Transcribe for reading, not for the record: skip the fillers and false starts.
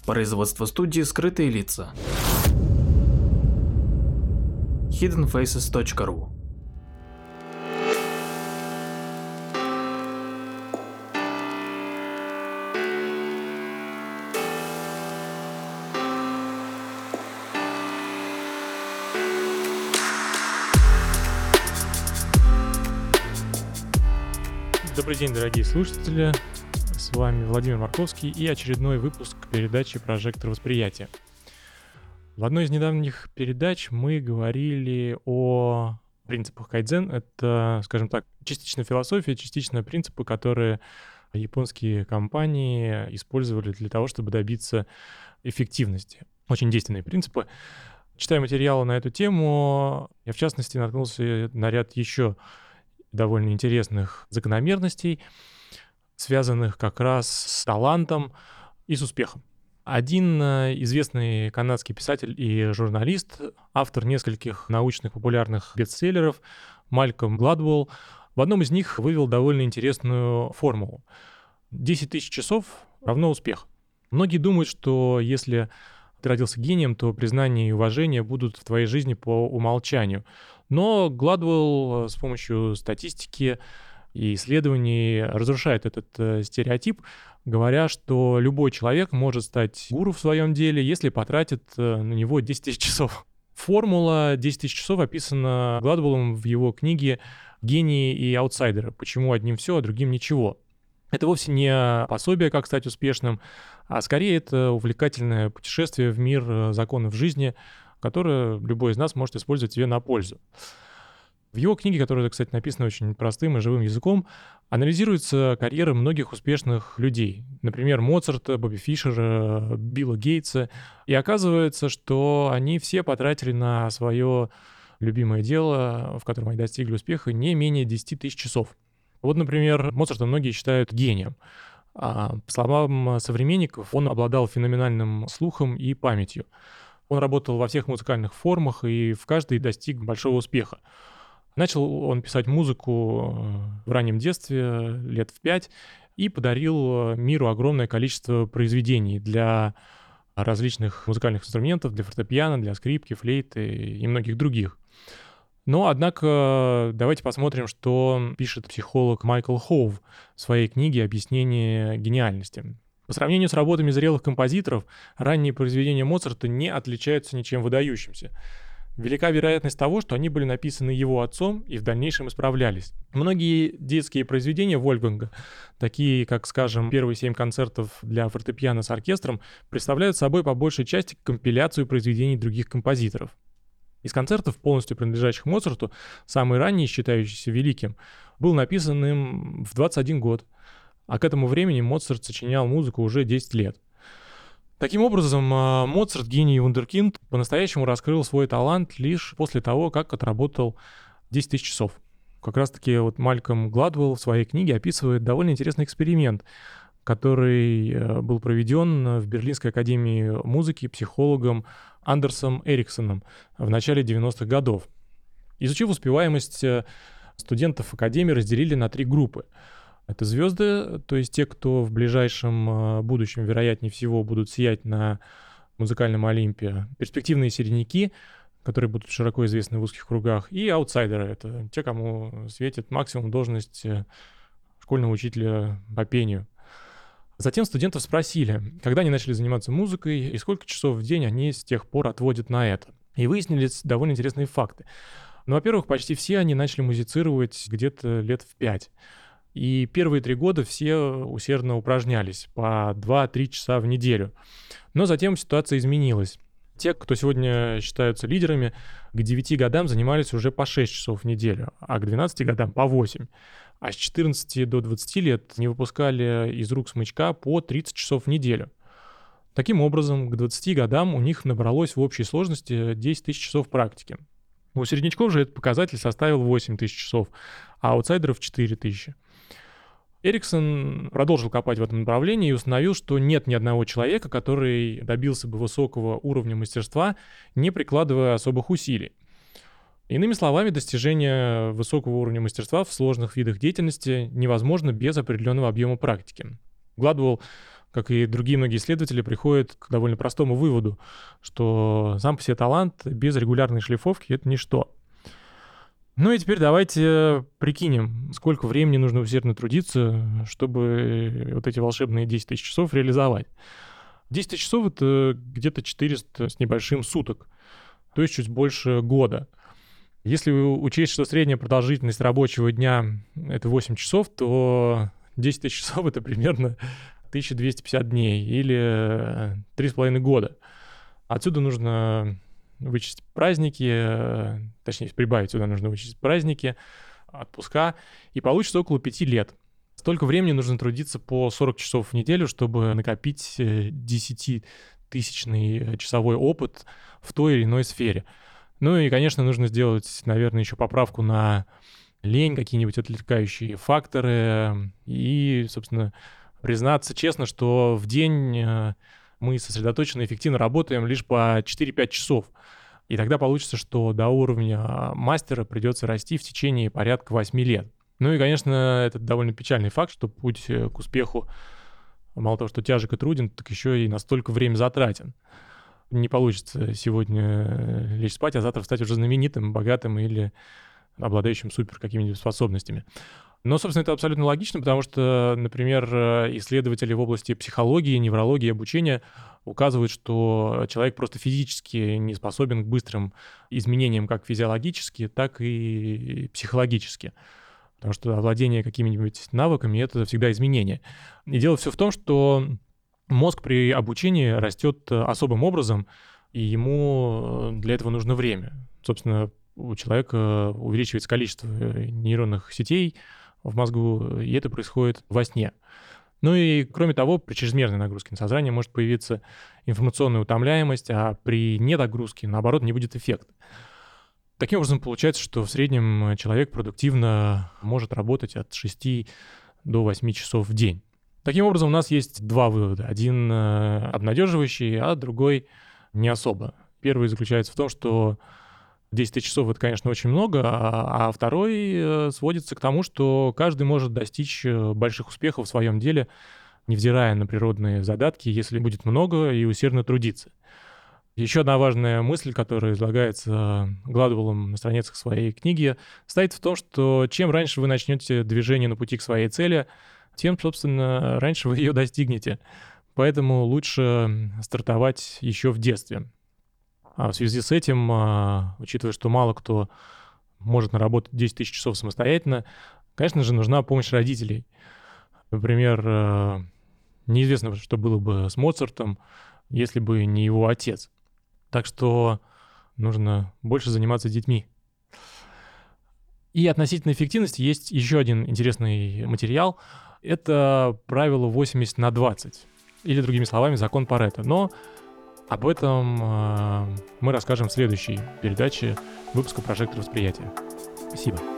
Производство студии «Скрытые лица». hiddenfaces.ru. Добрый день, дорогие слушатели. С вами Владимир Марковский и очередной выпуск передачи «Прожектор восприятия». В одной из недавних передач мы говорили о принципах кайдзен. Это, скажем так, частично философия, частично принципы, которые японские компании использовали для того, чтобы добиться эффективности. Очень действенные принципы. Читая материалы на эту тему, я, в частности, наткнулся на ряд еще довольно интересных закономерностей, связанных как раз с талантом и с успехом. Один известный канадский писатель и журналист, автор нескольких научных популярных бестселлеров, Малькольм Гладуэлл, в одном из них вывел довольно интересную формулу. 10 тысяч часов равно успех. Многие думают, что если ты родился гением, то признание и уважение будут в твоей жизни по умолчанию. Но Гладуэлл с помощью статистики и исследований разрушает этот стереотип, говоря, что любой человек может стать гуру в своем деле, если потратит на него 10 тысяч часов. Формула 10 тысяч часов описана Гладуэллом в его книге «Гении и аутсайдеры. Почему одним все, а другим ничего». Это вовсе не пособие, как стать успешным, а скорее это увлекательное путешествие в мир законов жизни, которое любой из нас может использовать себе на пользу. В его книге, которая, кстати, написана очень простым и живым языком, анализируются карьеры многих успешных людей. Например, Моцарта, Бобби Фишера, Билла Гейтса. И оказывается, что они все потратили на свое любимое дело, в котором они достигли успеха, не менее 10 тысяч часов. Вот, например, Моцарта многие считают гением. А по словам современников, он обладал феноменальным слухом и памятью. Он работал во всех музыкальных формах и в каждой достиг большого успеха. Начал он писать музыку в раннем детстве, лет в 5, и подарил миру огромное количество произведений для различных музыкальных инструментов, для фортепиано, для скрипки, флейты и многих других. Но, однако, давайте посмотрим, что пишет психолог Майкл Хоув в своей книге «Объяснение гениальности». По сравнению с работами зрелых композиторов, ранние произведения Моцарта не отличаются ничем выдающимся. Велика вероятность того, что они были написаны его отцом и в дальнейшем исправлялись. Многие детские произведения Вольфганга, такие как, скажем, первые 7 концертов для фортепиано с оркестром, представляют собой по большей части компиляцию произведений других композиторов. Из концертов, полностью принадлежащих Моцарту, самый ранний, считающийся великим, был написан им в 21 год, а к этому времени Моцарт сочинял музыку уже 10 лет. Таким образом, Моцарт, гений и вундеркинд, по-настоящему раскрыл свой талант лишь после того, как отработал 10 тысяч часов. Как раз-таки вот Малькольм Гладуэлл в своей книге описывает довольно интересный эксперимент, который был проведен в Берлинской академии музыки психологом Андерсом Эриксоном в начале 90-х годов. Изучив успеваемость, студентов академии разделили на 3 группы. Это звезды, то есть те, кто в ближайшем будущем, вероятнее всего, будут сиять на музыкальном Олимпе. Перспективные середняки, которые будут широко известны в узких кругах. И аутсайдеры — это те, кому светит максимум должность школьного учителя по пению. Затем студентов спросили, когда они начали заниматься музыкой и сколько часов в день они с тех пор отводят на это. И выяснились довольно интересные факты. Ну, во-первых, почти все они начали музицировать где-то лет в 5. И первые 3 года все усердно упражнялись по 2-3 часа в неделю. Но затем ситуация изменилась. Те, кто сегодня считаются лидерами, к 9 годам занимались уже по 6 часов в неделю, а к 12 годам по 8. А с 14 до 20 лет не выпускали из рук смычка по 30 часов в неделю. Таким образом, к 20 годам у них набралось в общей сложности 10 тысяч часов практики. У середнячков же этот показатель составил 8 тысяч часов, а аутсайдеров — 4 тысячи. Эриксон продолжил копать в этом направлении и установил, что нет ни одного человека, который добился бы высокого уровня мастерства, не прикладывая особых усилий. Иными словами, достижение высокого уровня мастерства в сложных видах деятельности невозможно без определенного объема практики. Гладуэлл как и другие многие исследователи, приходит к довольно простому выводу, что сам по себе талант без регулярной шлифовки — это ничто. Ну и теперь давайте прикинем, сколько времени нужно усердно трудиться, чтобы вот эти волшебные 10 тысяч часов реализовать. 10 тысяч часов — это где-то 400 с небольшим суток, то есть чуть больше года. Если учесть, что средняя продолжительность рабочего дня — это 8 часов, то 10 тысяч часов — это примерно 1250 дней или 3,5 года. Отсюда нужно вычесть праздники, точнее, прибавить сюда нужно вычесть праздники, отпуска, и получится около 5 лет. Столько времени нужно трудиться по 40 часов в неделю, чтобы накопить 10-тысячный часовой опыт в той или иной сфере. Ну и, конечно, нужно сделать, наверное, еще поправку на лень, какие-нибудь отвлекающие факторы и, собственно, признаться честно, что в день мы сосредоточенно и эффективно работаем лишь по 4-5 часов. И тогда получится, что до уровня мастера придется расти в течение порядка 8 лет. Ну и, конечно, это довольно печальный факт, что путь к успеху мало того, что тяжек и труден, так еще и настолько время затратен. Не получится сегодня лечь спать, а завтра стать уже знаменитым, богатым или обладающим супер какими-нибудь способностями. Но, собственно, это абсолютно логично, потому что, например, исследователи в области психологии, неврологии, обучения указывают, что человек просто физически не способен к быстрым изменениям как физиологически, так и психологически. Потому что овладение какими-нибудь навыками — это всегда изменение. И дело все в том, что мозг при обучении растет особым образом, и ему для этого нужно время. Собственно, у человека увеличивается количество нейронных сетей в мозгу, и это происходит во сне. Ну и, кроме того, при чрезмерной нагрузке на сознание может появиться информационная утомляемость, а при недогрузке, наоборот, не будет эффекта. Таким образом, получается, что в среднем человек продуктивно может работать от 6 до 8 часов в день. Таким образом, у нас есть два вывода. Один обнадеживающий, а другой не особо. Первый заключается в том, что 10 тысяч часов — это, конечно, очень много, а второй сводится к тому, что каждый может достичь больших успехов в своем деле, невзирая на природные задатки, если будет много и усердно трудиться. Еще одна важная мысль, которая излагается Гладуэллом на страницах своей книги, состоит в том, что чем раньше вы начнете движение на пути к своей цели, тем, собственно, раньше вы ее достигнете. Поэтому лучше стартовать еще в детстве. А в связи с этим, учитывая, что мало кто может наработать 10 тысяч часов самостоятельно, конечно же, нужна помощь родителей. Например, неизвестно, что было бы с Моцартом, если бы не его отец. Так что нужно больше заниматься детьми. И относительно эффективности есть еще один интересный материал. Это правило 80/20, или, другими словами, закон Парето. Но об этом мы расскажем в следующей передаче выпуска «Прожектор восприятия». Спасибо.